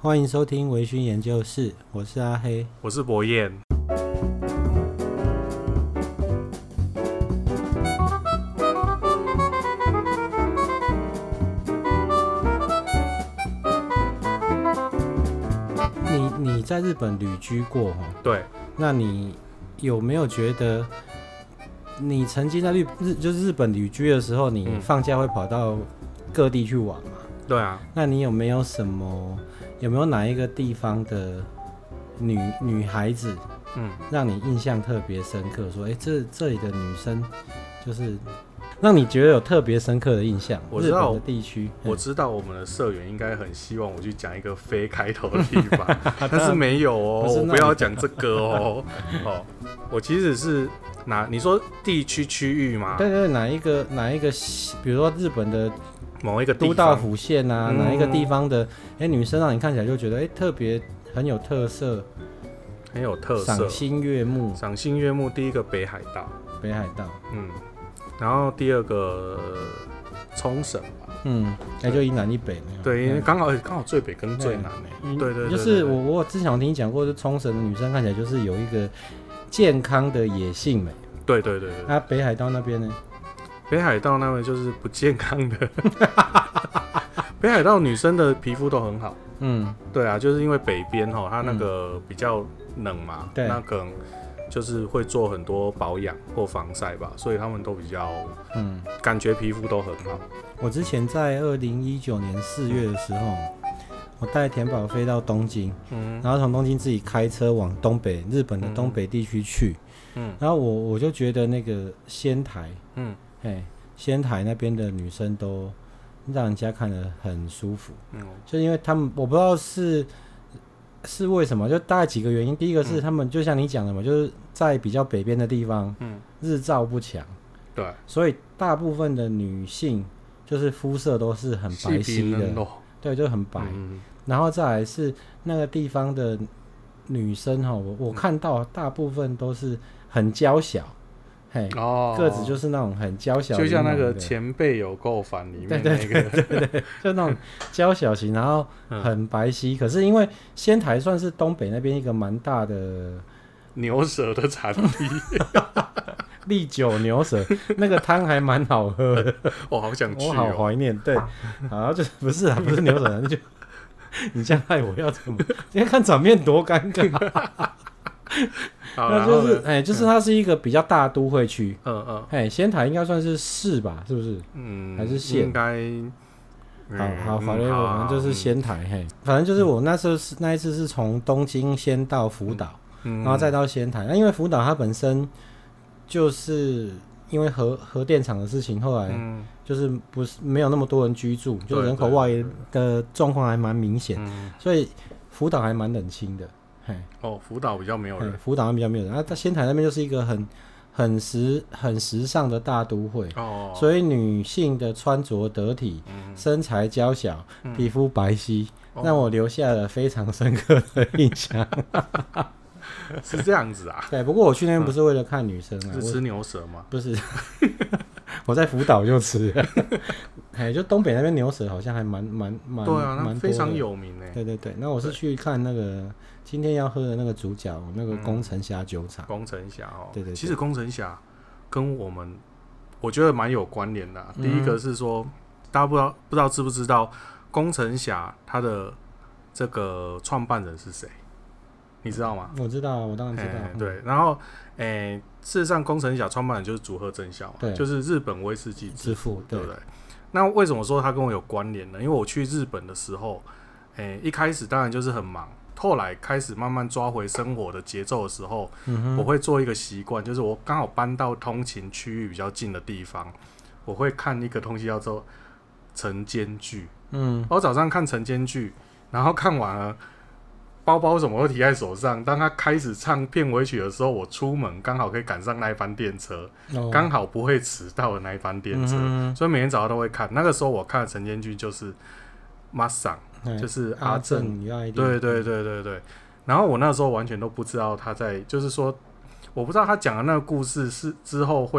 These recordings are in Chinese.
欢迎收听微醺研究室，我是阿黑， 我是博彦。 你在日本旅居过齁？ 对。 那你有没有觉得，你曾经在日本旅居的时候，你放假会跑到各地去玩吗？ 对啊。 那你有没有哪一个地方的女孩子，让你印象特别深刻？说，这里的女生就是让你觉得有特别深刻的印象。 我知道日本的地区， 我知道我们的社员应该很希望我去讲一个非开头的地方，但是没有哦，我不要讲这个哦。哦，我其实是你说地区区域吗？ 对对，哪一个，比如说日本的某一个地方， 都道府县啊，哪一个地方的女生让你看起来就觉得特别很有特色，赏心悦目。 赏心悦目，第一个北海道，然后第二个冲绳吧， 就一南一北。 对，因为刚好最北跟最南对， 就是我之前有听你讲过，就冲绳的女生看起来就是有一个健康的野性美。 对。 那北海道那边呢？ 北海道那边就是不健康的。北海道女生的皮肤都很好。对啊，就是因为北边它那个比较冷嘛，那可能就是会做很多保养或防晒吧，所以他们都比较感觉皮肤都很好。 我之前在2019年4月的时候，我带田宝飞到东京，然后从东京自己开车往日本的东北地区去，然后我就觉得那个仙台，仙台那边的女生都让人家看得很舒服，就因为他们我不知道是为什么，就大概几个原因。第一个是他们就像你讲的嘛，就是在比较北边的地方，日照不强， 对， 所以大部分的女性就是肤色都是很白皙的，对，就很白。然后再来是那个地方的女生我看到大部分都是很娇小，个子就是那种很娇小的， 就像那个前辈有够烦里面那个， 对，就那种娇小型，然后很白皙。可是因为仙台算是东北那边一个蛮大的牛舌的产地， 利久牛舌，那个汤还蛮好喝的， 我好想去， 我好怀念。对，好，就不是牛舌，就你这样害我要怎么？今天看场面多尴尬。那就是就是它是一个比较大都会区，仙台应该算是市吧，是不是？还是县？ 应该。 好，反正就是仙台，反正就是我那一次是从东京先到福岛，然后再到仙台。那因为福岛它本身就是因为核电厂的事情，后来就是不是没有那么多人居住，就人口外移的状况还蛮明显，所以福岛还蛮冷清的。 福岛比较没有人， 福岛比较没有人。那仙台那边就是一个很时尚的大都会，所以女性的穿着得体，身材娇小，皮肤白皙，让我留下了非常深刻的印象。 是这样子啊？ 对，不过我去那边不是为了看女生啊， 是吃牛舌吗？ 不是，我在福岛就吃了。就东北那边牛舌好像还蛮对啊，那非常有名哎。 对，那我是去看那个今天要喝的那个主角，那个宫城峡酒厂。 宫城峡对， 其实宫城峡跟我觉得蛮有关联的。第一个是说，大家不知道知不知道宫城峡它的这个创办人是谁？你知道吗？ 我知道，我当然知道。 对，然后事实上宫城峡创办人就是竹贺正孝嘛，就是日本威士忌之父，对不对？那为什么说他跟我有关联呢？因为我去日本的时候，一开始当然就是很忙，后来开始慢慢抓回生活的节奏的时候，我会做一个习惯，就是我刚好搬到通勤区域比较近的地方，我会看一个东西叫做晨间剧。我早上看晨间剧，然后看完了，包包什么都提在手上。当他开始唱片尾曲的时候，我出门刚好可以赶上那一班电车，刚好不会迟到的那一班电车，所以每天早上都会看。那个时候我看的晨间剧就是马桑，就是阿正，对。然后我那时候完全都不知道他在，就是说我不知道他讲的那个故事是之后会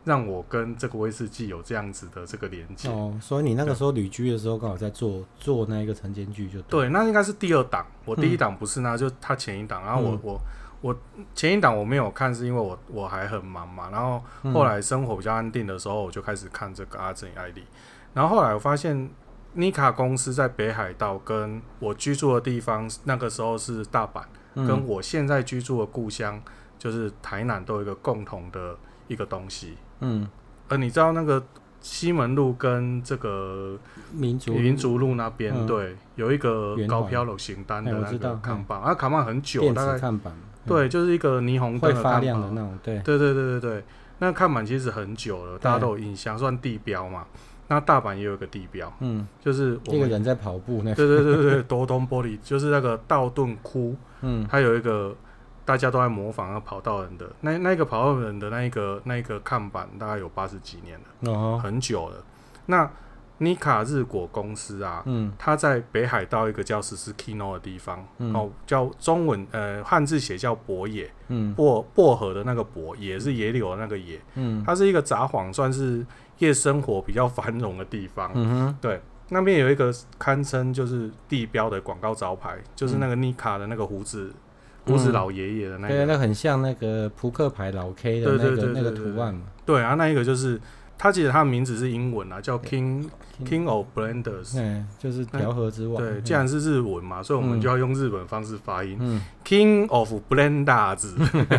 让我跟这个威士忌有这样子的这个连接。 所以你那个时候旅居的时候刚好在做那一个晨间剧就对，那应该是第2档，我第1档不是，那就他前1档，然后我前1档我没有看，是因为我还很忙嘛，然后后来生活比较安定的时候，我就开始看这个阿珍与艾莉，然后后来我发现尼卡公司在北海道跟我居住的地方，那个时候是大阪，跟我现在居住的故乡就是台南都有一个共同的一个东西。你知道那个西门路跟这个民族路那边，对，有一个高飘楼行单的那个看板，那看板很久，大概看板， 对，就是一个霓虹灯会发亮的那种，对， 那看板其实很久了，大家都有印象，算地标嘛。那大阪也有一个地标，就是一个人在跑步那个， 对，多东玻璃就是那个道顿窟，它有一个大家都在模仿那跑道人的那个跑道人的那一个看板，大概有80几年了，很久了。那尼卡日果公司啊，它在北海道一个叫Susukino 的地方，叫中文汉字写叫薄野，薄荷的那个薄，野是野柳的那个野，它是一个札幌算是夜生活比较繁荣的地方，对，那边有一个堪称就是地标的广告招牌，就是那个尼卡的那个胡子老爷爷的那个， 对，那很像那个扑克牌老 K 的那个图案嘛， 对啊，那一个就是他其实他的名字是英文啊，叫 King of Blenders， 就是调和之王。 对，既然是日文嘛，所以我们就要用日本方式发音，King of Blenders。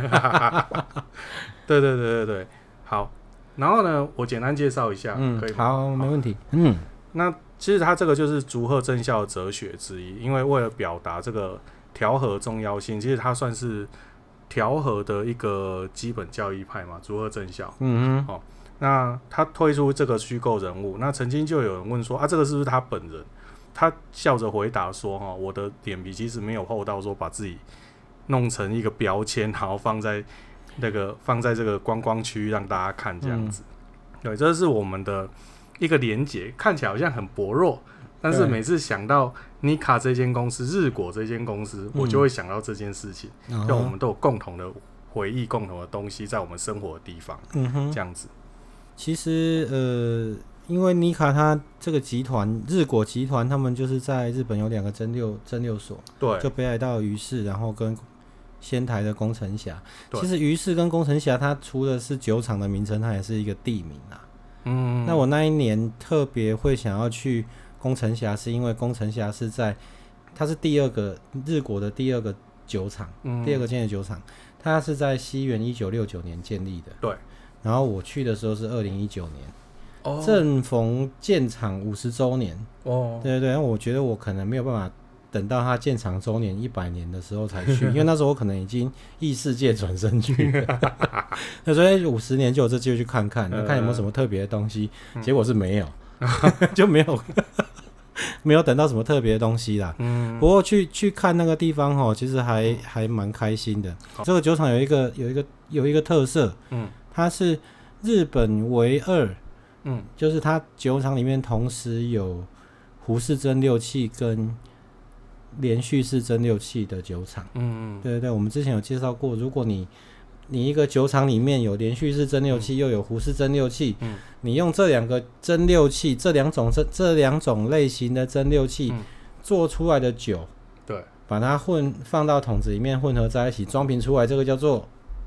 对，好。然后呢，我简单介绍一下，可以吗？ 好，没问题。 那其实它这个就是竹鹤正孝的哲学之一，因为为了表达这个调和重要性，其实它算是调和的一个基本教义派嘛，竹鹤正孝。那他推出这个虚构人物，那曾经就有人问说啊，这个是不是他本人？他笑着回答说，我的脸皮其实没有厚到说把自己弄成一个标签，然后放在这个观光区让大家看这样子。对，这是我们的一个连结，看起来好像很薄弱，但是每次想到尼卡这间公司、日果这间公司，我就会想到这件事情，就我们都有共同的回忆、共同的东西在我们生活的地方，这样子。 其实因为尼卡它这个集团日果集团，他们就是在日本有2个蒸馏所， 对， 就北海道鱼市，然后跟仙台的宫城峡。其实鱼市跟宫城峡，它除了是酒厂的名称，它也是一个地名啊。那我那一年特别会想要去宫城峡，是因为宫城峡是它是日果的第2个酒厂，第2个建的酒厂，它是在西元1969年建立的。 对。 然后我去的时候是2019年，正逢建厂50周年。对，我觉得我可能没有办法等到它建厂周年100年的时候才去，因为那时候我可能已经异世界转身去了。那所以50年就有这机会去看看，看有没有什么特别的东西。结果是没有，就没有等到什么特别的东西啦。不过去看那个地方其实还蛮开心的。这个酒厂有一个特色，它是日本唯2，就是它酒厂里面同时有壶式蒸馏器跟连续式蒸馏器的酒厂。对，我们之前有介绍过，如果你一个酒厂里面有连续式蒸馏器，又有壶式蒸馏器，你用这2个蒸馏器，这两种类型的蒸馏器做出来的酒， 对， 把它放到桶子里面混合在一起装瓶出来，这个叫做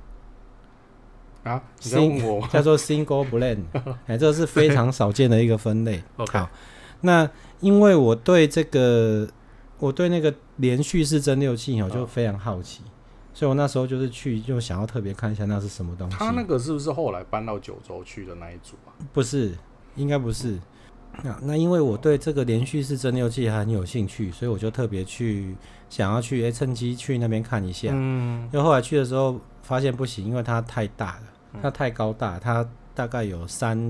叫做 single blend。这是非常少见的一个分类。好，那因为我对那个连续式蒸馏器就非常好奇，所以我那时候就想要特别看一下那是什么东西。 他那个是不是后来搬到九州去的那一组啊？ 不是，应该不是。那因为我对这个连续式蒸馏器很有兴趣，所以我就特别想要去趁机去那边看一下。因为后来去的时候发现不行，因为它太大了。它太高大，它大概有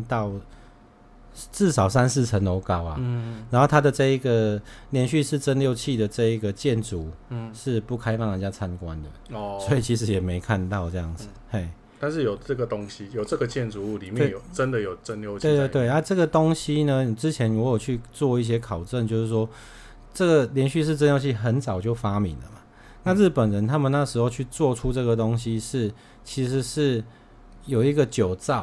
至少3-4层楼高啊。然后它的这一个连续式蒸馏器的这一个建筑，是不开放人家参观的。所以其实也没看到这样子。 但是有这个东西，有这个建筑物里面真的有蒸馏器。 对，这个东西呢，之前我有去做一些考证，就是说这个连续式蒸馏器很早就发明了嘛。那日本人他们那时候去做出这个东西其实是有一个酒造，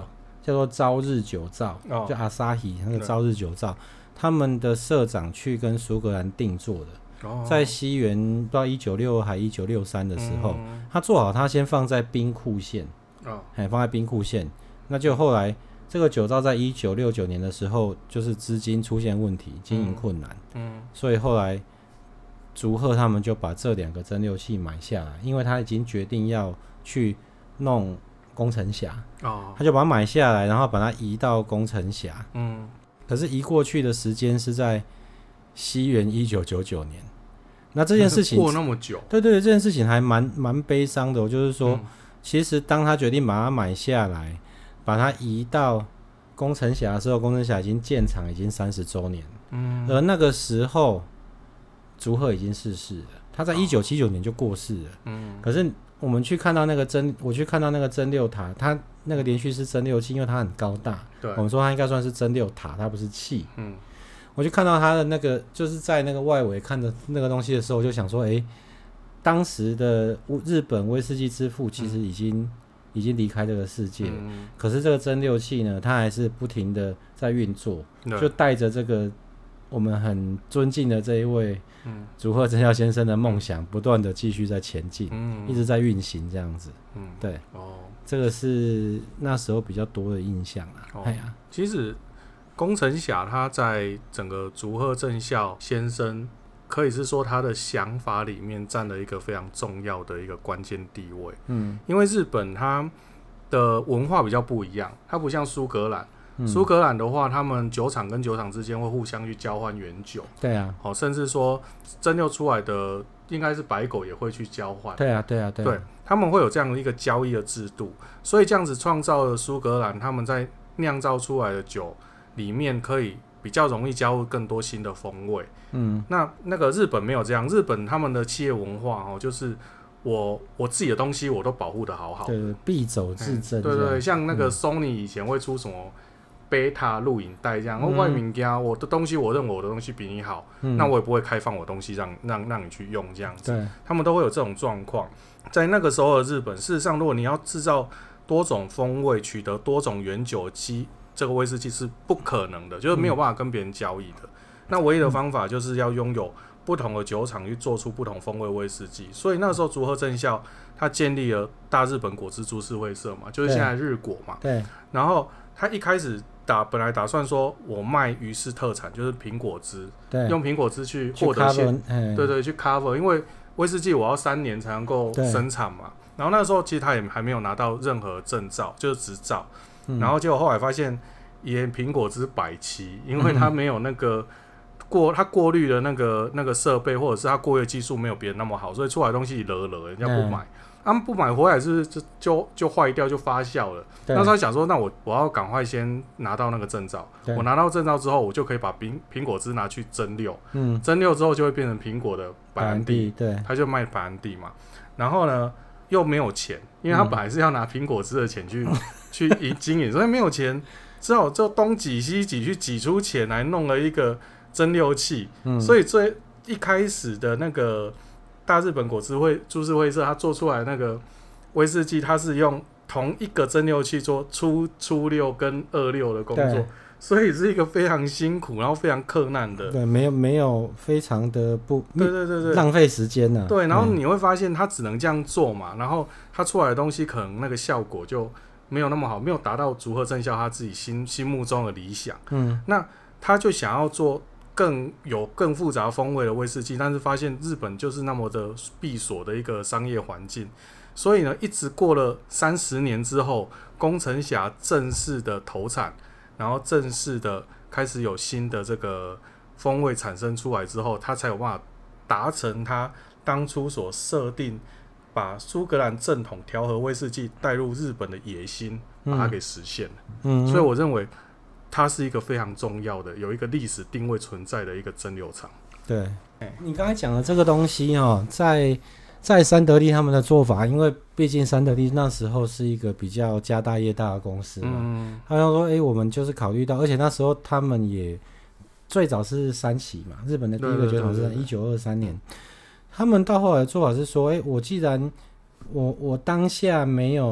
叫做朝日酒造，就阿萨希那个朝日酒造，他们的社长去跟苏格兰定做的，在西元不知道1962还1963的时候，他做好，他先放在兵库县，放在兵库县，那就后来这个酒造在1969年的时候，就是资金出现问题，经营困难，所以后来竹鹤他们就把这2个蒸馏器买下来，因为他已经决定要去弄工程峡，他就把它买下来，然后把它移到工程峡，可是移过去的时间是在西元1999年，那这件事情过那么久， 对，这件事情还蛮悲伤的，就是说，其实当他决定把它买下来，把它移到工程峡的时候，工程峡已经建厂已经30周年，而那个时候竹鹤已经逝世了，他在1979年就过世了，可是我们去看到那个我去看到那个蒸馏塔，它那个连续式蒸馏器，因为它很高大，我们说它应该算是蒸馏塔，它不是器，我就看到它的那个就是在那个外围看着那个东西的时候，我就想说，当时的日本威士忌之父其实已经离开这个世界了，可是这个蒸馏器呢，它还是不停的在运作，就带着这个我们很尊敬的这一位竹鹤真孝先生的梦想，不断的继续在前进，一直在运行这样子，对，这个是那时候比较多的印象啦。 其实工程峡他在整个竹鹤正孝先生，可以是说他的想法里面占了一个非常重要的一个关键地位。因为日本它的文化比较不一样，它不像苏格兰。苏格兰的话，他们酒厂跟酒厂之间会互相去交换原酒， 对啊， 甚至说蒸馏出来的应该是白狗也会去交换， 对， 他们会有这样的一个交易的制度，所以这样子创造了苏格兰他们在酿造出来的酒里面可以比较容易加入更多新的风味。那个日本没有这样，日本他们的企业文化就是我自己的东西我都保护得好好， 对，必走自珍， 对，像那个 Sony 以前会出什么贝塔录影带这样，外面我的东西，我认为我的东西比你好，那我也不会开放我东西让你去用这样子。他们都会有这种状况。在那个时候的日本，事实上，如果你要制造多种风味，取得多种原酒基，这个威士忌是不可能的，就是没有办法跟别人交易的。那唯一的方法就是要拥有不同的酒厂去做出不同风味威士忌。所以那时候竹鹤正孝他建立了大日本果汁株式会社嘛，就是现在日果嘛。 对。 然后他一开始本来打算说我卖鱼市特产，就是苹果汁，用苹果汁去获得对，去 cover， 因为威士忌我要3年才能够生产嘛。然后那时候其实他也还没有拿到任何证照，就是执照。然后结果后来发现，也苹果汁百期，因为他没有那个他过滤的那个设备，或者是他过滤技术没有别人那么好，所以出来的东西人家不买。他们不买回来是不是就坏掉就发酵了？那时候想说，那我要赶快先拿到那个证照。我拿到证照之后，我就可以把苹果汁拿去蒸馏。蒸馏之后就会变成苹果的白兰地， 对， 他就卖白兰地嘛。然后呢，又没有钱，因为他本来是要拿苹果汁的钱去经营，所以没有钱，只好就东挤西挤去挤出钱来弄了一个蒸馏器。所以最一开始的那个大日本果汁株式会社，它做出来那个威士忌，它是用同一个蒸馏器做初6跟26的工作，所以是一个非常辛苦，然后非常克难的。 对，没有非常的对浪费时间啊。 对，然后你会发现它只能这样做嘛，然后它出来的东西可能那个效果就没有那么好，没有达到竹鹤正孝他自己心目中的理想。那他就想要做更复杂风味的威士忌，但是发现日本就是那么的闭锁的一个商业环境，所以呢，一直过了30年之后，宫城峡正式的投产，然后正式的开始有新的这个风味产生出来之后，他才有办法达成他当初所设定把苏格兰正统调和威士忌带入日本的野心，把它给实现了。所以我认为它是一个非常重要的，有一个历史定位存在的一个蒸馏厂。 对，你刚才讲的这个东西在三得利他们的做法，因为毕竟三得利那时候是一个比较家大业大的公司嘛，他就说我们就是考虑到，而且那时候他们也最早是三期嘛，日本的第一个酒厂是1923年，他们到后来的做法是说，我既然我当下没有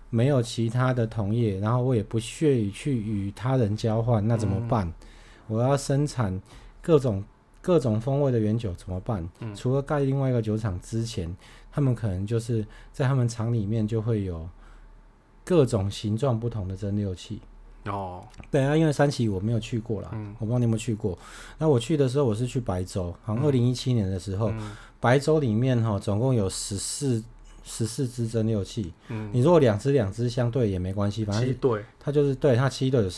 没有其他的同业，然后我也不屑于去与他人交换，那怎么办？我要生产各种风味的原酒怎么办？除了盖另外一个酒厂之前，他们可能就是在他们厂里面就会有各种形状不同的蒸馏器。对啊，因为三期我没有去过啦，我不知道你有没有去过。那我去的时候，我是去白州，好像2017年的时候，白州里面总共有14支蒸馏器。你如果两支相对也没关系，反正它就是对它7对有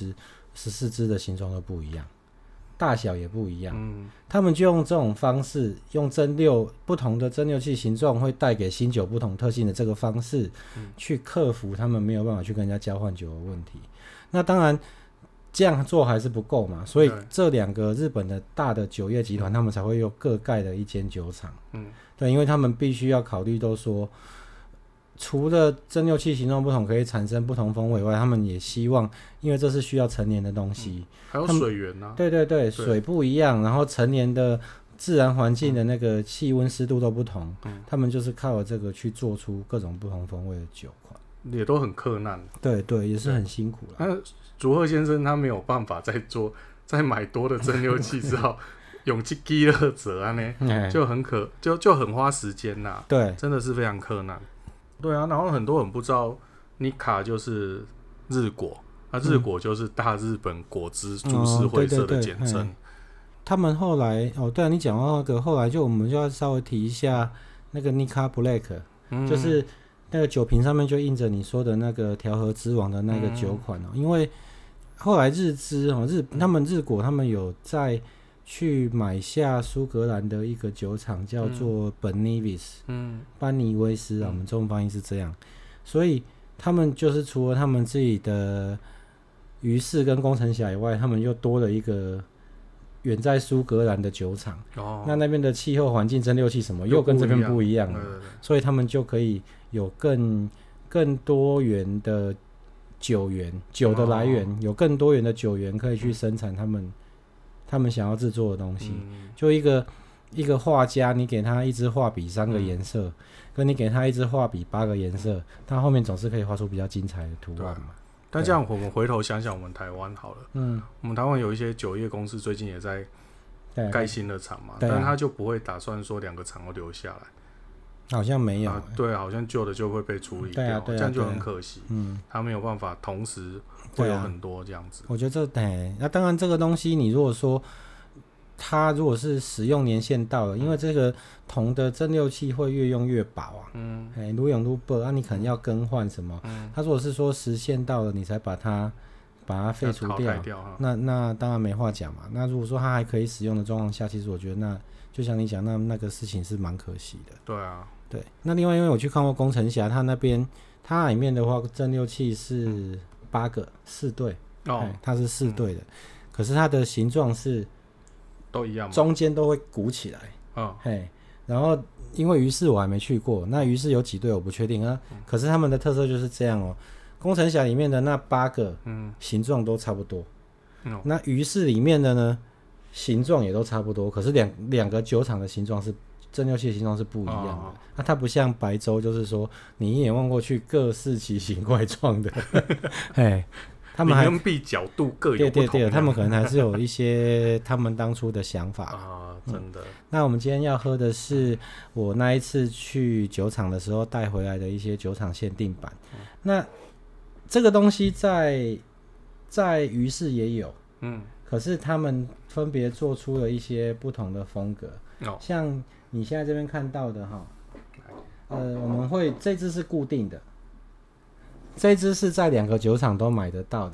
14支的形状都不一样，大小也不一样。他们就用这种方式，用不同的蒸馏器形状会带给新酒不同特性的这个方式，去克服他们没有办法去跟人家交换酒的问题。那当然这样做还是不够嘛，所以这2个日本的大的酒业集团，他们才会又各盖了一间酒厂。对，因为他们必须要考虑都说，除了蒸馏器形状不同可以产生不同风味外，他们也希望，因为这是需要成年的东西， 还有水源啊， 对，水不一样，然后成年的自然环境的那个气温湿度都不同，他们就是靠这个去做出各种不同风味的酒款， 也都很克难。 对，也是很辛苦啦。 那竹鹤先生他没有办法再买多的蒸馏器，只好用这几乐折啊呢，就很花时间呐。对，真的是非常克难。对啊，然后很多人不知道Nikka就是日果，日果就是大日本果汁株式会社的简称。 他们后来对啊，你讲到那个后来我们就要稍微提一下那个 Nikka Black，就是那个酒瓶上面就印着你说的那个调和之王的那个酒款因为后来日资他们日果他们有在去买下苏格兰的一个酒厂叫做 Benivis， 班尼威斯我们中文翻译是这样，所以他们就是除了他们自己的鱼市跟工程峡以外，他们又多了一个远在苏格兰的酒厂。那边的气候环境蒸馏器什么又跟这边不一样了，所以他们就可以有更多元的酒的来源，有更多元的酒源可以去生产他们想要制作的东西。就一个画家，你给他一支画笔3个颜色，跟你给他一支画笔8个颜色，他后面总是可以画出比较精彩的图案嘛。 但这样我们回头想想我们台湾好了，我们台湾有一些酒业公司最近也在盖新的厂嘛，但他就不会打算说2个厂都留下来。 好像没有对，好像旧的就会被处理掉，这样就很可惜。他没有办法同时会有很多这样子。 我觉得那当然这个东西你如果说它如果是使用年限到了，因为这个铜的蒸馏器会越用越薄啊，越用越薄你可能要更换什么。它如果是说时限到了你才把它废除掉，那当然没话讲嘛。那如果说它还可以使用的状况下，其实我觉得那就像你讲那个事情是蛮可惜的。 对啊。 对，那另外因为我去看过工程峡，它那边它里面的话蒸馏器是8个4对，它是4对的，可是它的形状是都一样吗？ 中间都会鼓起来。然后因为鱼市我还没去过，那鱼市有几对我不确定啊。可是他们的特色就是这样工程峡里面的那8个形状都差不多，那鱼市里面的呢形状也都差不多，可是两个酒厂的形状是蒸馏器的形状是不一样的。它不像白州，就是说你一眼望过去各是奇形怪状的。他们里面壁角度各有不同。 对，他们可能还是有一些他们当初的想法真的。那我们今天要喝的是我那一次去酒厂的时候带回来的一些酒厂限定版。那这个东西在鱼市也有，可是他们分别做出了一些不同的风格。像你现在这边看到的我们会这支是固定的，这支是在2个酒厂都买得到的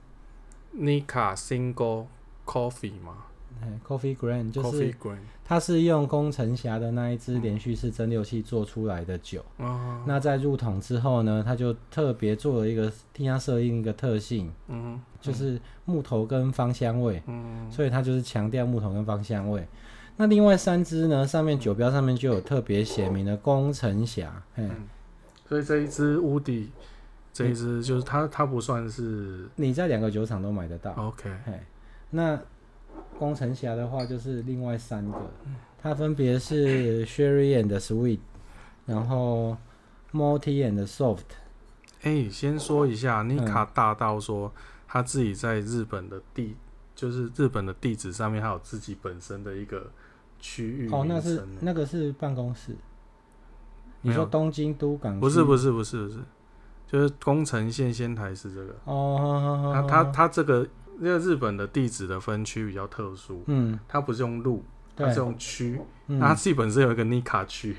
Nikka Single Coffee 吗 ？Coffee Grain 就是它是用工程峡的那一支连续式蒸馏器做出来的酒。那在入桶之后呢，它就特别做了一个替它设定一个特性，就是木头跟芳香味。所以它就是强调木头跟芳香味。那另外3支呢，上面酒标上面就有特别写明的工程峡。 所以这一支乌迪，这一支就是它不算是你在2个酒厂都买得到。 OK， 那工程峡的话就是另外3个，它分别是 Sherry and Sweet， 然后 Malty and Soft， 先说一下，尼卡大道说他自己在日本的就是日本的地址上面，还有自己本身的一个区域名称。 那个是办公室。你说东京都港区？ 不是，就是宫城县仙台市这个。他这个因为日本的地址的分区比较特殊，它不是用路，它是用区。那它自己本身有一个尼卡区，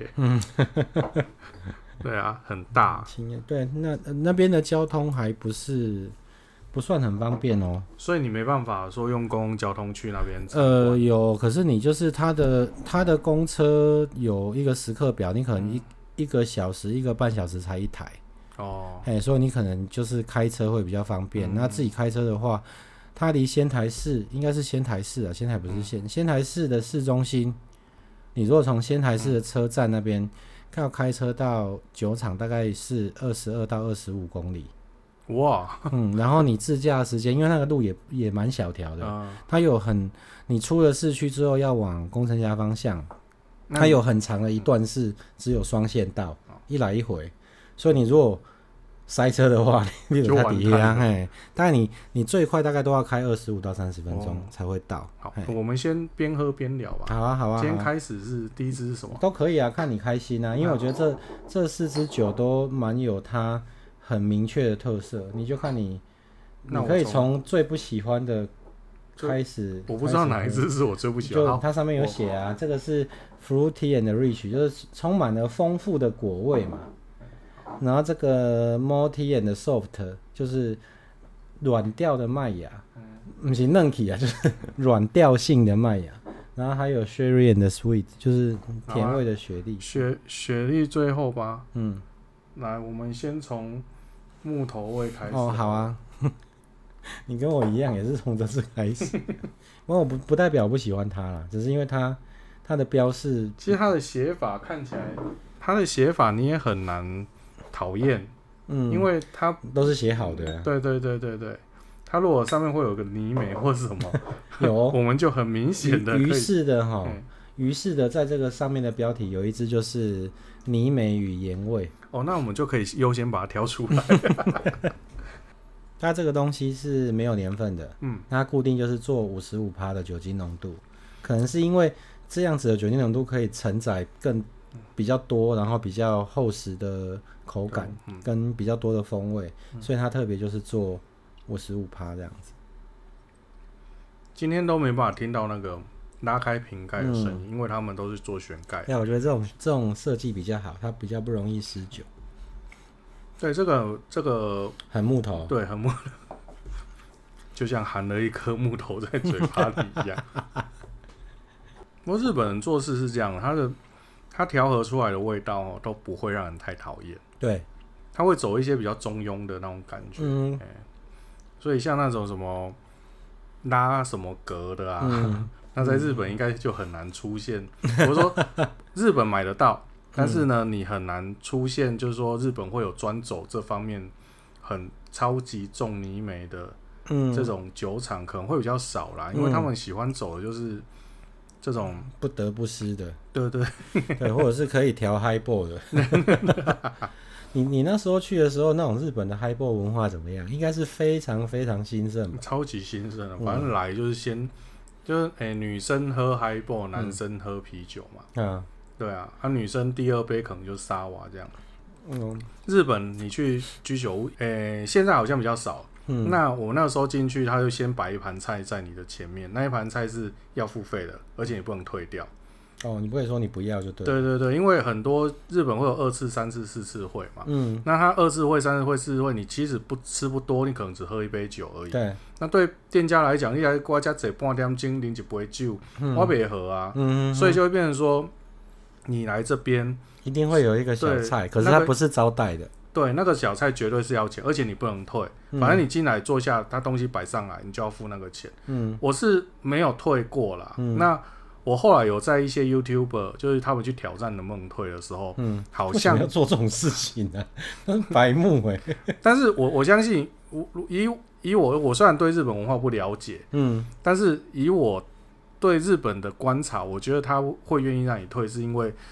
对啊，很大。 对，那边的交通还不算很方便哦， 所以你没办法说用公共交通去那边。 有，可是你就是它的公车有一个时刻表，你可能一个小时、1个半小时才一台。所以你可能就是开车会比较方便。那自己开车的话，它离仙台市应该是仙台市啊，仙台不是仙台市的市中心。你如果从仙台市的车站那边要开车到酒厂，大概是22到25公里。 哇， 然后你自驾的时间，因为那个路也蛮小条的，它有你出了市区之后要往宫城峡方向，它有很长的一段是只有双线道，一来一回，所以你如果塞车的话，你就它底下，但你最快大概都要开25到30分钟才会到。 好，我们先边喝边聊吧。 好啊。 今天开始是第一支是什么？ 都可以啊，看你开心啊，因为我觉得这4支酒都蛮有它很明确的特色，你就看你可以从最不喜欢的开始。 我不知道哪一支是我最不喜欢。 就它上面有写啊，这个是 fruity and rich， 就是充满了丰富的果味嘛。然后这个 malty and soft 就是软调的麦芽，不是嫩气啊，就是软调性的麦芽。然后还有 sherry and sweet， 就是甜味的雪莉。 雪莉最后吧。来，我们先从木头味开始。 好啊。你跟我一样也是从这次开始。我不代表我不喜欢它啦，只是因为它的标示， 其实它的写法看起来，它的写法你也很难讨厌，因为它都是写好的。 对，它如果上面会有个泥美或是什么， 有我们就很明显的于是的在这个上面的标题有一支就是泥美与盐味。 那我们就可以优先把它挑出来。 它这个东西是没有年份的，它固定就是做55%的酒精浓度，可能是因为这样子的酒精浓度可以承载比较多，然后比较厚实的口感，跟比较多的风味，所以它特别就是做55%这样子。 今天都没办法听到那个拉开瓶盖的声音，因为他们都是做旋盖。 我觉得这种设计比较好，它比较不容易失酒。 对，这个很木头， 对，很木头，就像含了一颗木头在嘴巴里一样。不过日本人做事是这样，他调和出来的味道都不会让人太讨厌。 对， 他会走一些比较中庸的那种感觉。所以像那种什么拉什么格的啊，那在日本应该就很难出现。我说日本买得到。但是呢，你很难出现，就是说日本会有专走这方面很超级重泥煤的这种酒厂，可能会比较少啦，因为他们喜欢走的就是这种不得不失的， 对， 或者是可以调 highball 的。你那时候去的时候，那种日本的 highball 文化怎么样？应该是非常非常兴盛吧？ 超级兴盛的，反正来就是女生喝 highball， 男生喝啤酒嘛。对啊，女生第2杯可能就是沙瓦这样。日本你去居酒屋，现在好像比较少。那我那时候进去，他就先摆一盘菜在你的前面，那一盘菜是要付费的，而且你不能退掉。 你不会说你不要就对。 对，因为很多日本会有2次、3次、4次会嘛。那他2次会、3次会、4次会，你其实吃不多，你可能只喝1杯酒而已。 对。那对店家来讲，你来我家坐半点钟，啉1杯酒，我不喝啊。所以就会变成说，你来这边一定会有一个小菜，可是它不是招待的。 对，那个小菜绝对是要钱，而且你不能退。反正你进来坐下，他东西摆上来，你就要付那个钱。我是没有退过啦。那我后来有在一些 YouTuber， 就是他们去挑战的梦退的时候，好像为什么要做这种事情呢？白目但是我相信，以我虽然对日本文化不了解，但是以我对日本的观察，我觉得他会愿意让你退，是因为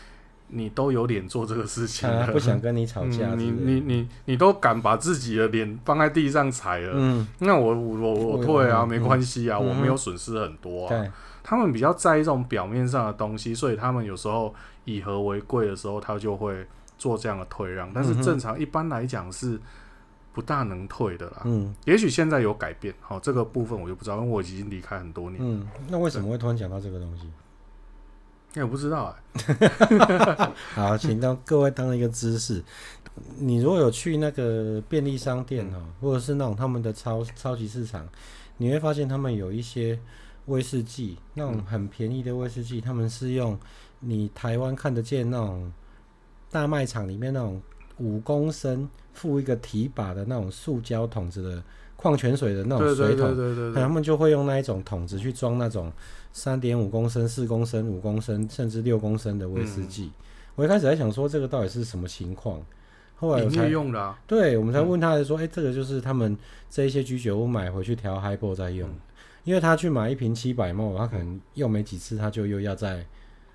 你都有脸做这个事情了， 不想跟你吵架， 你都敢把自己的脸放在地上踩了，那我退啊，没关系啊，我没有损失很多啊。他们比较在意这种表面上的东西，所以他们有时候以和为贵的时候，他就会做这样的退让。但是正常一般来讲是不大能退的啦。也许现在有改变，这个部分我就不知道，因为我已经离开很多年。 那为什么会突然讲到这个东西？ 我不知道好，请各位当一个知识。你如果有去那个便利商店或者是那种他们的超级市场，你会发现他们有一些威士忌，那种很便宜的威士忌，他们是用你台湾看得见那种大卖场里面那种5公升附一个提把的那种塑胶桶子的矿泉水的那种水桶，他们就会用那一种桶子去装那种3.5公升、4公升、5公升甚至6公升的威士忌。我一开始在想说这个到底是什么情况，后来我才用的啊， 对，我们才问他说，这个就是他们这一些居酒屋买回去调 highball 在用。因为他去买一瓶700ml，他可能用没几次，他就又要再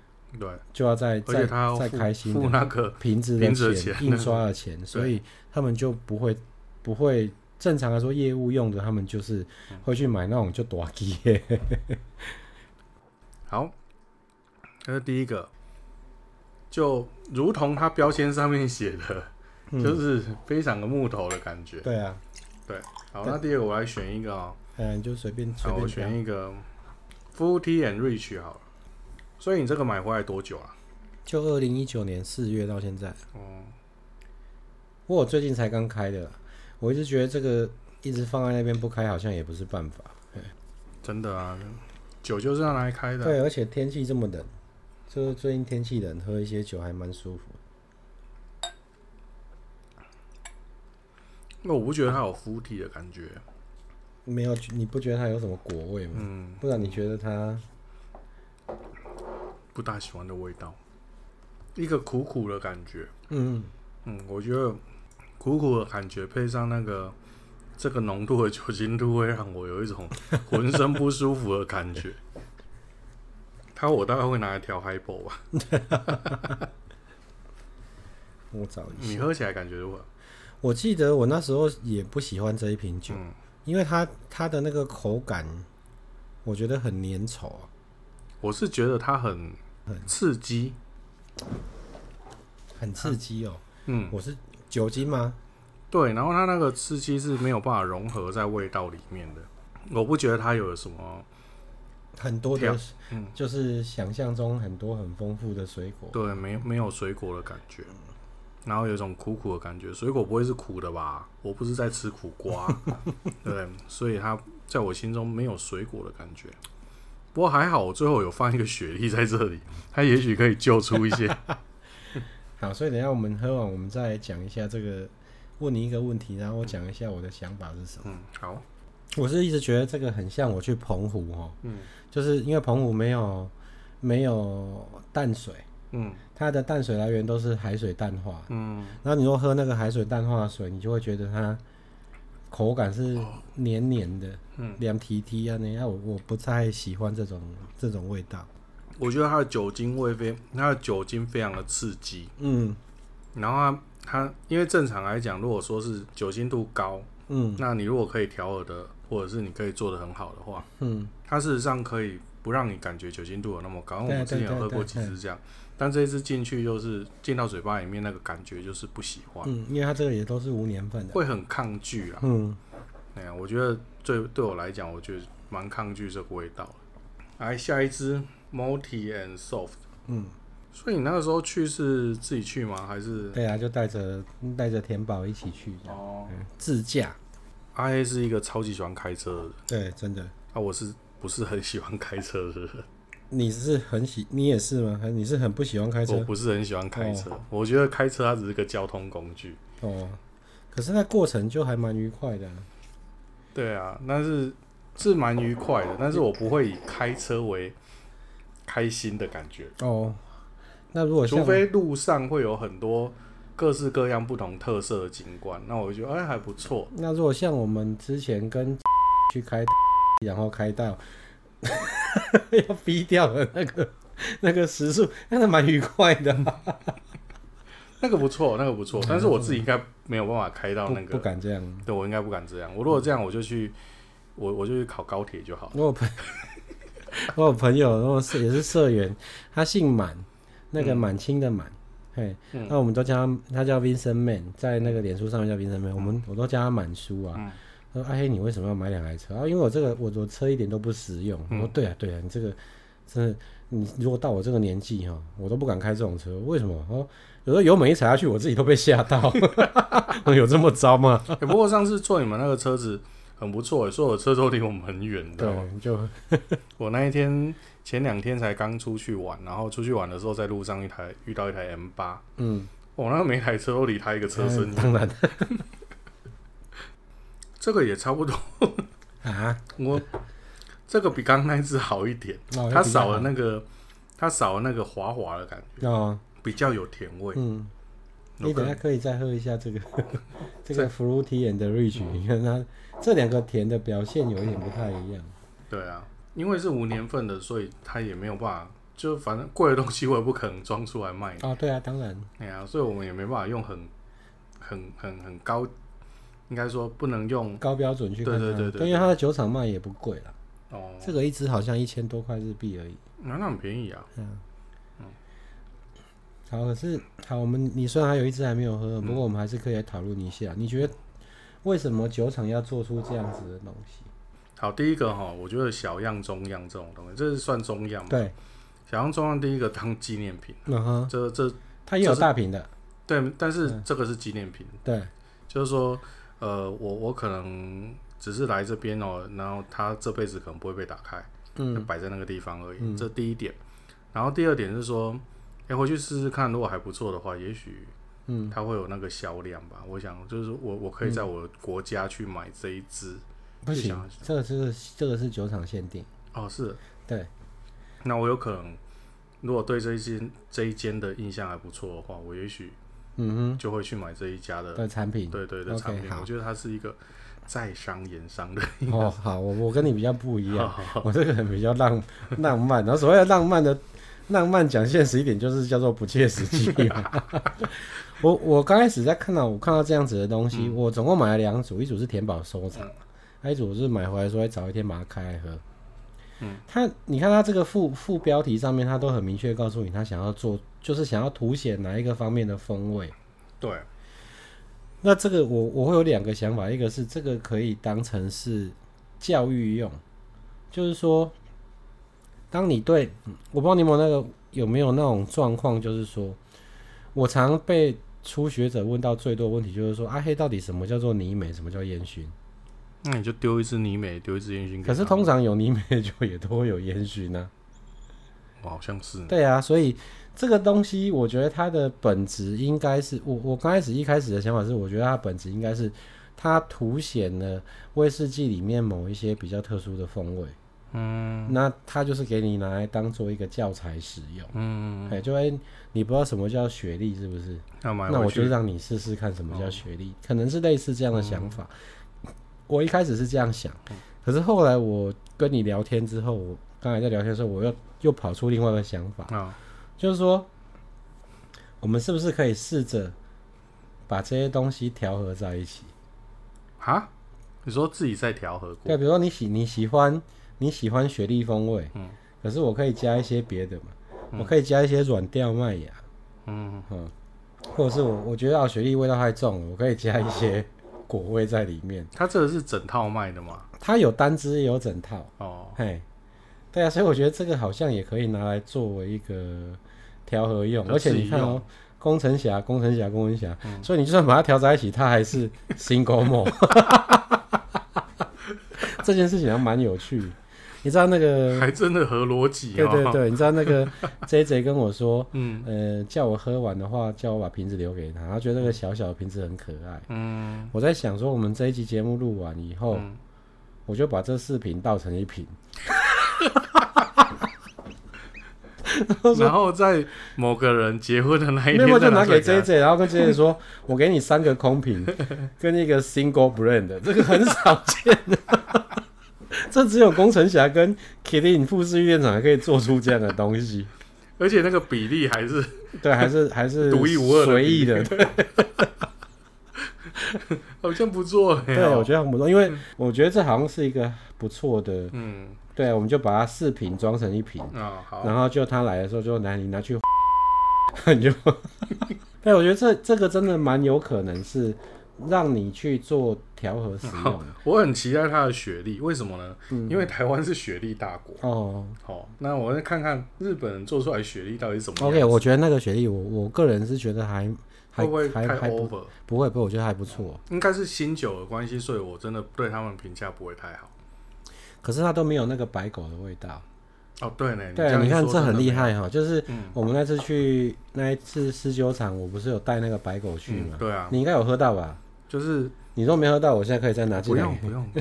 开新的付那个瓶子的钱、印刷的钱，所以他们就不会正常来说业务用的，他们就是会去买那种就大支的。 好，这是第一个，就如同它标签上面写的，就是非常的木头的感觉。 对啊， 对。好，那第二个我来选一个你就随便我选一个 Fruity and Rich 好了。所以你这个买回来多久啊？ 就2019年4月到现在。我最近才刚开的，我一直觉得这个一直放在那边不开，好像也不是办法。 真的啊，酒就是要拿来开的。 对，而且天气这么冷，就是最近天气冷，喝一些酒还蛮舒服。 那我不觉得它有 fruity 的感觉。 没有，你不觉得它有什么果味吗？不然你觉得它不大喜欢的味道，一个苦苦的感觉。我觉得苦苦的感觉配上那个这个浓度的酒精度，会让我有一种浑身不舒服的感觉。我大概会拿来调 highball 吧。 我找一下， 你喝起来感觉如何？ 我记得我那时候也不喜欢这一瓶酒，因为它的那个口感，我觉得很粘稠啊。 我是觉得它很刺激， 很刺激哦。我是酒精吗？ 对，然后它那个刺激是没有办法融合在味道里面的。我不觉得它有什么很多的，就是想象中很多很丰富的水果。 对，没有水果的感觉。然后有一种苦苦的感觉，水果不会是苦的吧？我不是在吃苦瓜，对，所以它在我心中没有水果的感觉。不过还好，我最后有放一个雪莉在这里，它也许可以救出一些。 好，所以等一下我们喝完，我们再讲一下这个，问你一个问题，然后我讲一下我的想法是什么。 好， 我是一直觉得这个很像我去澎湖就是因为澎湖没有淡水。它的淡水来源都是海水淡化。然后你如果喝那个海水淡化的水，你就会觉得它口感是黏黏的，凉提提啊那样。我不太喜欢这种味道。 我觉得它的酒精非常的刺激。然后它因为正常来讲，如果说是酒精度高，那你如果可以调和的，或者是你可以做得很好的话，它事实上可以不让你感觉酒精度有那么高。因为我们之前有喝过几支这样。但这一支进去就是进到嘴巴里面那个感觉就是不喜欢， 因为它这个也都是无年份的， 会很抗拒啊。我觉得对我来讲，我觉得蛮抗拒这个味道的。来下一支 Malty and Soft。所以你那个时候去是自己去吗？还是？ 对啊，就带着田宝一起去。自驾。 阿黑是一个超级喜欢开车的人。 对，真的。 我是不是很喜欢开车的人？ 你也是吗？你是很不喜欢开车？ 我不是很喜欢开车，我觉得开车它只是个交通工具。 可是那过程就还蛮愉快的。 对啊，但是蛮愉快的，但是我不会以开车为开心的感觉。 那如果除非路上会有很多各式各样不同特色的景观，那我就觉得还不错。 那如果像我们之前跟去开，然后开到要逼掉的那个那个时速，那蛮愉快的。 那个不错，但是我自己应该没有办法开到那个， 不敢这样。 对，我应该不敢这样。我如果这样，我就去考高铁就好。 我有朋友，也是社员，他姓满，那个满清的满。嘿，那我们都叫他叫 Vincent Man， 在那个脸书上面叫 Vincent Man，我都叫他满叔啊。他说：“哎，你为什么要买2台车啊？因为我车一点都不实用。”我说：“对啊，你这个真的，你如果到我这个年纪哈，我都不敢开这种车。为什么？有时候油门一踩下去，我自己都被吓到。有这么糟吗？ 不过上次坐你们那个车子很不错，所有的车都离我们很远的。 对，就我那一天前2天才刚出去玩，然后出去玩的时候在路上遇到一台 M8，我那个每台车都离他一个车身。 当然。 这个也差不多啊， 我这个比刚刚那只好一点，它少了那个滑滑的感觉，比较有甜味。 你等下可以再喝一下这个Fruity and Rich，你看它这2个甜的表现有一点不太一样。 对啊，因为是无年份的，所以它也没有办法，就反正贵的东西我也不可能装出来卖。 对啊，当然。 对啊，所以我们也没办法用很高。应该说不能用高标准去看它，对，因为它的酒厂卖也不贵啦。这个一支好像1000多块日币而已。 那很便宜啊。 好，可是你虽然还有一支还没有喝，不过我们还是可以来讨论一下，你觉得为什么酒厂要做出这样子的东西？ 好，第一个我觉得小样、中样这种东西，这是算中样吗？ 对， 小样、中样，第一个当纪念品。 它也有大瓶的。 对，但是这个是纪念品。 对， 就是说。我可能只是来这边然后他这辈子可能不会被打开，就摆在那个地方而已。这第一点。然后第二点是说，回去试试看，如果还不错的话，也许它会有那个销量吧。我想就是我可以在我的国家去买这一支。 不行，这个是酒厂限定。 是。 对。 那我有可能，如果对这一间的印象还不错的话，我也许。就会去买这一家的产品， 对的产品。我觉得它是一个在商言商的。 好，我跟你比较不一样，我这个人比较浪漫，然后所谓的浪漫讲现实一点，就是叫做不切实际。我刚开始看到这样子的东西，我总共买了2组，一组是田宝收藏，一组是买回来说找一天把它开来喝。你看它这个副标题上面，它都很明确告诉你，他想要做就是想要凸显哪一个方面的风味。 对。 那这个我会有2个想法，一个是这个可以当成是教育用，就是说，当你对我不知道你有没有那种状况，就是说，我常被初学者问到最多的问题就是说，阿黑到底什么叫做泥美，什么叫烟熏？ 那你就丢一支泥美，丢一支烟熏。 可是通常有泥美的酒也都会有烟熏啊。 好像是。 对啊，所以这个东西，我觉得它的本质应该是我一开始的想法是，我觉得它的本质应该是它凸显了威士忌里面某一些比较特殊的风味。那它就是给你拿来当做一个教材使用。就你不知道什么叫雪莉是不是？那我就让你试试看什么叫雪莉，可能是类似这样的想法。我一开始是这样想，可是后来我跟你聊天之后，我刚才在聊天的时候，我又跑出另外一个想法，就是说，我们是不是可以试着把这些东西调和在一起？ 你说自己在调和过？ 对，比如说你喜欢雪莉风味，可是我可以加一些别的嘛，我可以加一些软调麦芽，或者是我觉得雪莉味道太重了，我可以加一些果味在里面。 它这个是整套卖的吗？ 它有单支也有整套。对啊，所以我觉得这个好像也可以拿来作为一个调和用，而且你看工程侠，所以你就算把它调在一起，它还是 single malt。这件事情还蛮有趣，你知道那个还真的合逻辑。 对，你知道那个 JJ 跟我说，叫我喝完的话，叫我把瓶子留给他，他觉得那个小小的瓶子很可爱。我在想说，我们这一集节目录完以后，我就把这4瓶倒成1瓶。 然后在某个人结婚的那一天， 没有就拿给 JJ， 然后跟 JJ 说，我给你3个空瓶，跟一个 single brand， 这个很少见的。这只有工程侠跟 Kirin 富士御电厂可以做出这样的东西。 而且那个比例还是对，还是独一无二的随意的，对， 好像不错。 对，我觉得很不错，因为我觉得这好像是一个不错的，对，我们就把它4瓶装成1瓶， 好， 然后就他来的时候就你拿去，你就，对，我觉得这个真的蛮有可能是让你去做调和使用。 我很期待它的雪莉，为什么呢？因为台湾是雪莉大国。好，那我再看看日本人做出来雪莉到底是什么样子。 OK， 我觉得那个雪莉，我个人是觉得会不会太 over？ 不会，我觉得还不错。 应该是新酒的关系，所以我真的对他们评价不会太好。 可是它都没有那个白狗的味道。 对呢， 对，你看这很厉害哈，就是我们那一次试酒厂，我不是有带那个白狗去嘛？ 对啊， 你应该有喝到吧？ 就是你若没喝到，我现在可以再拿进来。 不用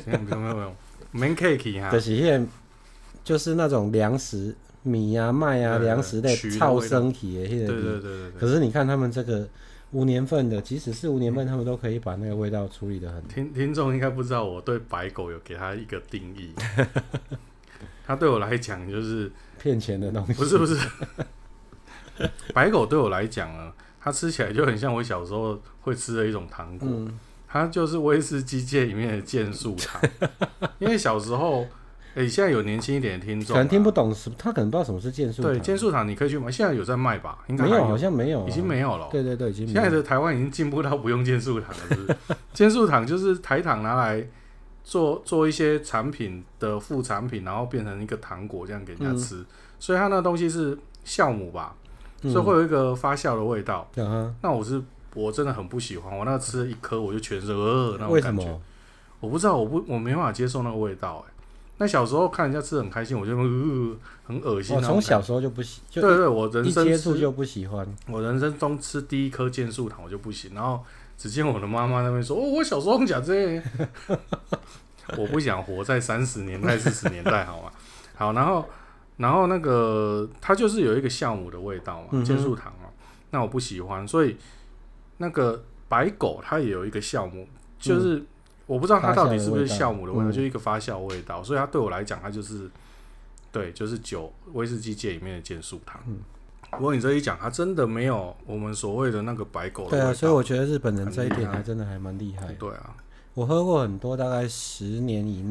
，man cake 哈， 就是那种粮食米啊、麦啊、粮食类超身体的， 对。 可是你看他们这个无年份的，即使是无年份，他们都可以把那个味道处理得很。 听众应该不知道我对白狗有给他一个定义，它对我来讲就是骗钱的东西。 不是，白狗对我来讲呢，它吃起来就很像我小时候会吃的一种糖果，它就是威士忌界里面的健素糖。因为小时候，现在有年轻一点的听众可能听不懂，他可能不知道什么是健素糖。 对，健素糖你可以去买，现在有在卖吧？应该没有，好像没有， 已经没有了。 对，已经没有。 现在的台湾已经进步到不用健素糖了，是不是？健素糖就是台糖拿来做一些产品的副产品，然后变成一个糖果这样给人家吃，所以它那东西是酵母吧，所以会有一个发酵的味道。那我真的很不喜欢，我那个吃了1颗我就全身那种感觉。我不知道，我没办法接受那个味道。那小时候看人家吃得很开心，我就很恶心。 我从小时候就不喜， 对，我人生一接触就不喜欢。 我人生中吃第1颗健素糖我就不行，然后只见我的妈妈那边说：“我小时候讲这。”我不想活在30年代、40年代，好吗？好，然后那个它就是有一个酵母的味道嘛，健素糖嘛，那我不喜欢，所以那个白狗它也有一个酵母，就是我不知道它到底是不是酵母的味道，就一个发酵味道，所以它对我来讲，它就是酒威士忌界里面的健素糖。不过你这一讲，它真的没有我们所谓的那个白狗的味道。 对啊，所以我觉得日本人这一点还真的还蛮厉害。 对啊， 我喝过很多，大概10年以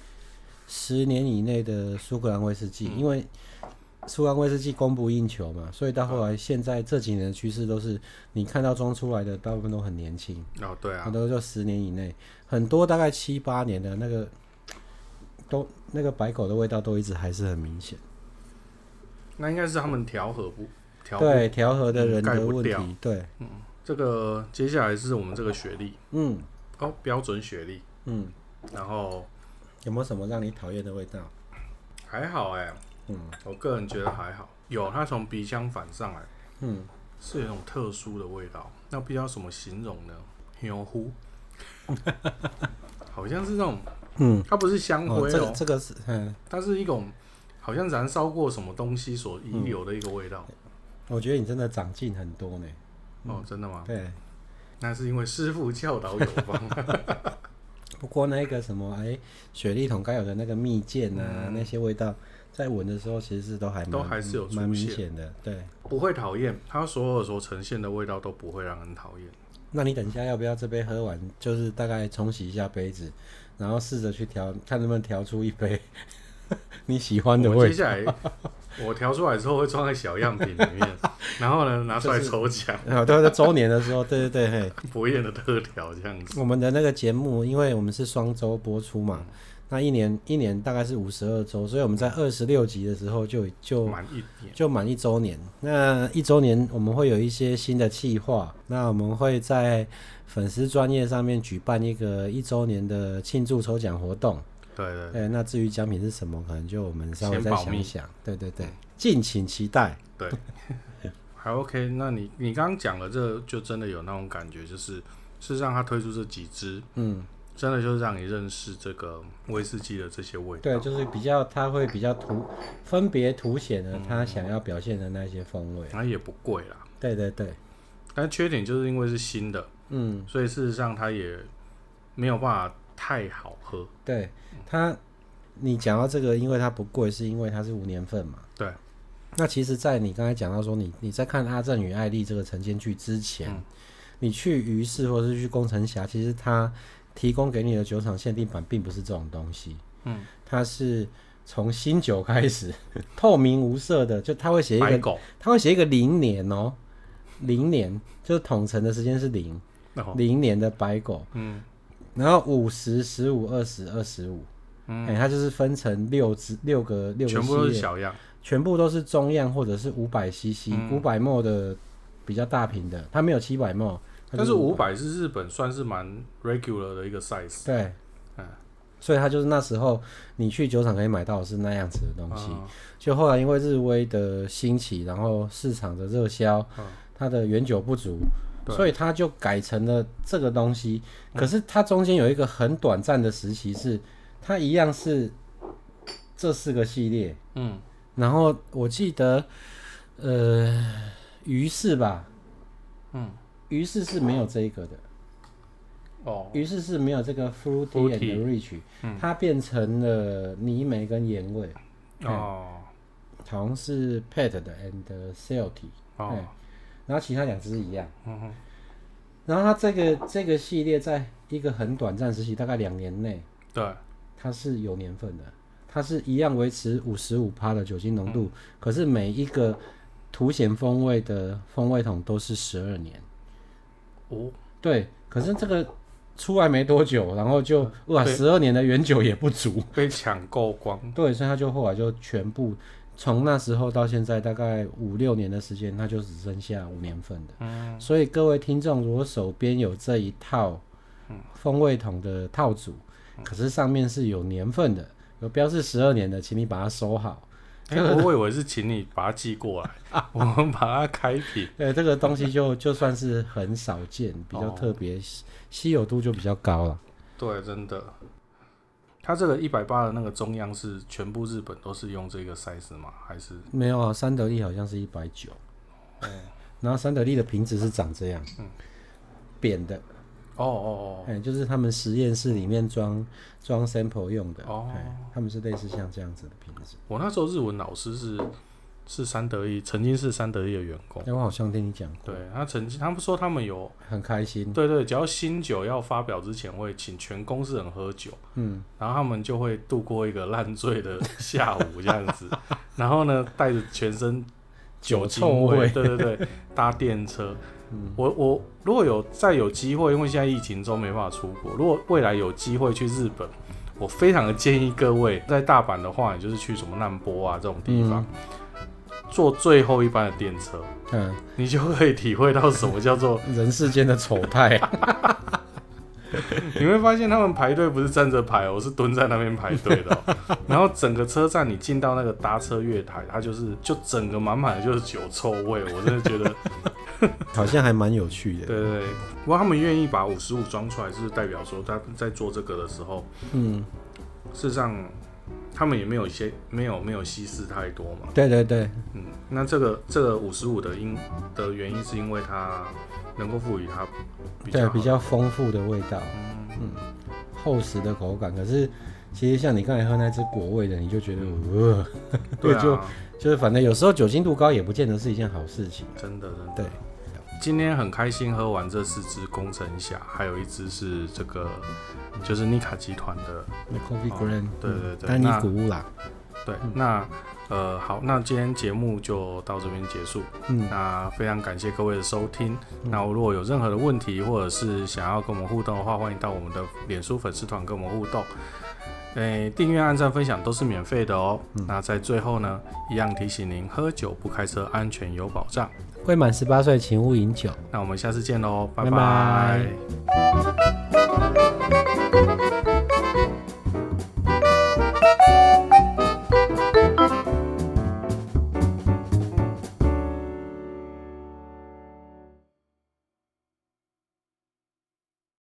内的苏格兰威士忌，因为苏格兰威士忌供不应求嘛，所以到后来现在这几年的趋势都是，你看到装出来的大部分都很年轻。 对啊， 很多就10年以内，很多大概7、8年的那个白狗的味道都一直还是很明显。 那应该是他们调和的人的问题。对， 这个接下来是我们这个雪莉，标准雪莉，然后有没有什么让你讨厌的味道？ 还好我个人觉得还好。有，它从鼻腔反上来，是有一种特殊的味道。那不知道怎么形容呢？香呼，好像是那种，它不是香灰这个是， 它是一种好像燃烧过什么东西所遗留的一个味道。 我觉得你真的长进很多呢。 真的吗？ 对， 那是因为师傅教导有方。 不过那个什么，雪莉桶该有的那个蜜饯啊，那些味道，在闻的时候其实是都还是有蛮明显的，对， 不会讨厌。它所有所呈现的味道都不会让人讨厌。 那你等一下要不要这杯喝完，就是大概冲洗一下杯子，然后试着去调，看能不能调出一杯你喜欢的味道。 接下来我调出来之后会装在小样品里面，然后呢拿出来抽奖。 对，在周年的时候，对， 博彦的特调这样子。 我们的那个节目，因为我们是双周播出嘛，那一年大概是52周，所以我们在26集的时候就满1周年。那1周年我们会有一些新的企划，那我们会在粉丝专页上面举办一个1周年的庆祝抽奖活动。对，那至于奖品是什么，可能就我们稍微再想一想。对，敬请期待。 对，还 OK。那你刚刚讲了，这就真的有那种感觉，就是事实上他推出这几支，真的就是让你认识这个威士忌的这些味道。 对，就是它会比较分别凸显了他想要表现的那些风味。 它也不贵啦。 对。 但缺点就是因为是新的，所以事实上它也没有办法太好喝。 对，你讲到这个，因为它不贵，是因为它是无年份嘛。 对。 那其实在你刚才讲到说你在看阿正与艾丽这个晨间剧之前，你去鱼市或是去工程峡，其实他提供给你的酒厂限定版并不是这种东西，它是从新酒开始透明无色的，就他会写一个0年哦，0年就是统称的时间是0年的白狗，然后50、15、20、25，它就是分成六个全部都是小样， 全部都是中样或者是500cc、500ml 的比较大瓶的，它没有700ml， 但是500是日本算是蛮 regular 的一个 size， 对，所以它就是那时候你去酒厂可以买到的是那样子的东西，就后来因为日威的兴起，然后市场的热销，它的原酒不足，所以它就改成了这个东西。可是它中间有一个很短暂的时期是，它一样是这4个系列，然后我记得鱼市吧，鱼市是没有这一个的。于是是没有这个 fruity and rich，它变成了泥煤跟盐味，好像是 pet 的 and salty，然后其他2只是一样，然后它这个系列在一个很短暂时期，大概2年内， 对， 它是有年份的，它是一样维持55%的酒精浓度，可是每一个凸显风味的风味桶都是12年，对，可是这个出来没多久，然后就12年的原酒也不足， 被抢购光。 对，所以他就后来就全部从那时候到现在大概5-6年的时间，他就只剩下5年份的。所以各位听众，如果手边有这一套风味桶的套组，可是上面是有年份的，有标示12年的，请你把它收好。 我以为是请你把它寄过来，我们把它开瓶。 对，这个东西就算是很少见，比较特别，稀有度就比较高了。 对，真的。它这个180的那个中央是全部日本都是用这个 size 吗？还是没有啊？三得利好像是190，然后三得利的瓶子是长这样，扁的。就是他们实验室里面装 sample 用的，他们是类似像这样子的瓶子。 我那时候日文老师是三得利，曾经是三得利的员工。 我好像听你讲过。 对，他们说他们有很开心。 对，只要新酒要发表之前，会请全公司人喝酒，然后他们就会度过一个烂醉的下午这样子，然后呢，带着全身酒臭味，对，搭电车。我如果再有机会，因为现在疫情中没办法出国，如果未来有机会去日本，我非常的建议各位在大阪的话，你就是去什么难波啊这种地方，坐最后一班的电车，你就可以体会到什么叫做人世间的丑态。 你会发现他们排队不是站着排，我是蹲在那边排队的然后整个车站你进到那个搭车月台，它就整个满满的就是酒臭味，我真的觉得好像还蛮有趣的。 对，不过他们愿意把55装出来，是代表说他在做这个的时候，事实上他们也没有稀释太多嘛。 对， 那这个55的原因是因为它能够赋予它比较丰富的味道，厚实的口感。可是其实像你刚才喝那支果味的，你就觉得对就是反正有时候酒精度高也不见得是一件好事情。 真的。 对， 今天很开心喝完这4支工程侠，还有一支是这个就是尼卡集团的 Coffee Grand， 对， 丹尼谷物啦。 对，那好，那今天节目就到这边结束。那非常感谢各位的收听。那如果有任何的问题，或者是想要跟我们互动的话，欢迎到我们的脸书粉丝团跟我们互动。订阅、按赞、分享都是免费的哦。那在最后呢，一样提醒您：喝酒不开车，安全有保障。 未满18岁请勿饮酒。 那我们下次见喽，拜拜。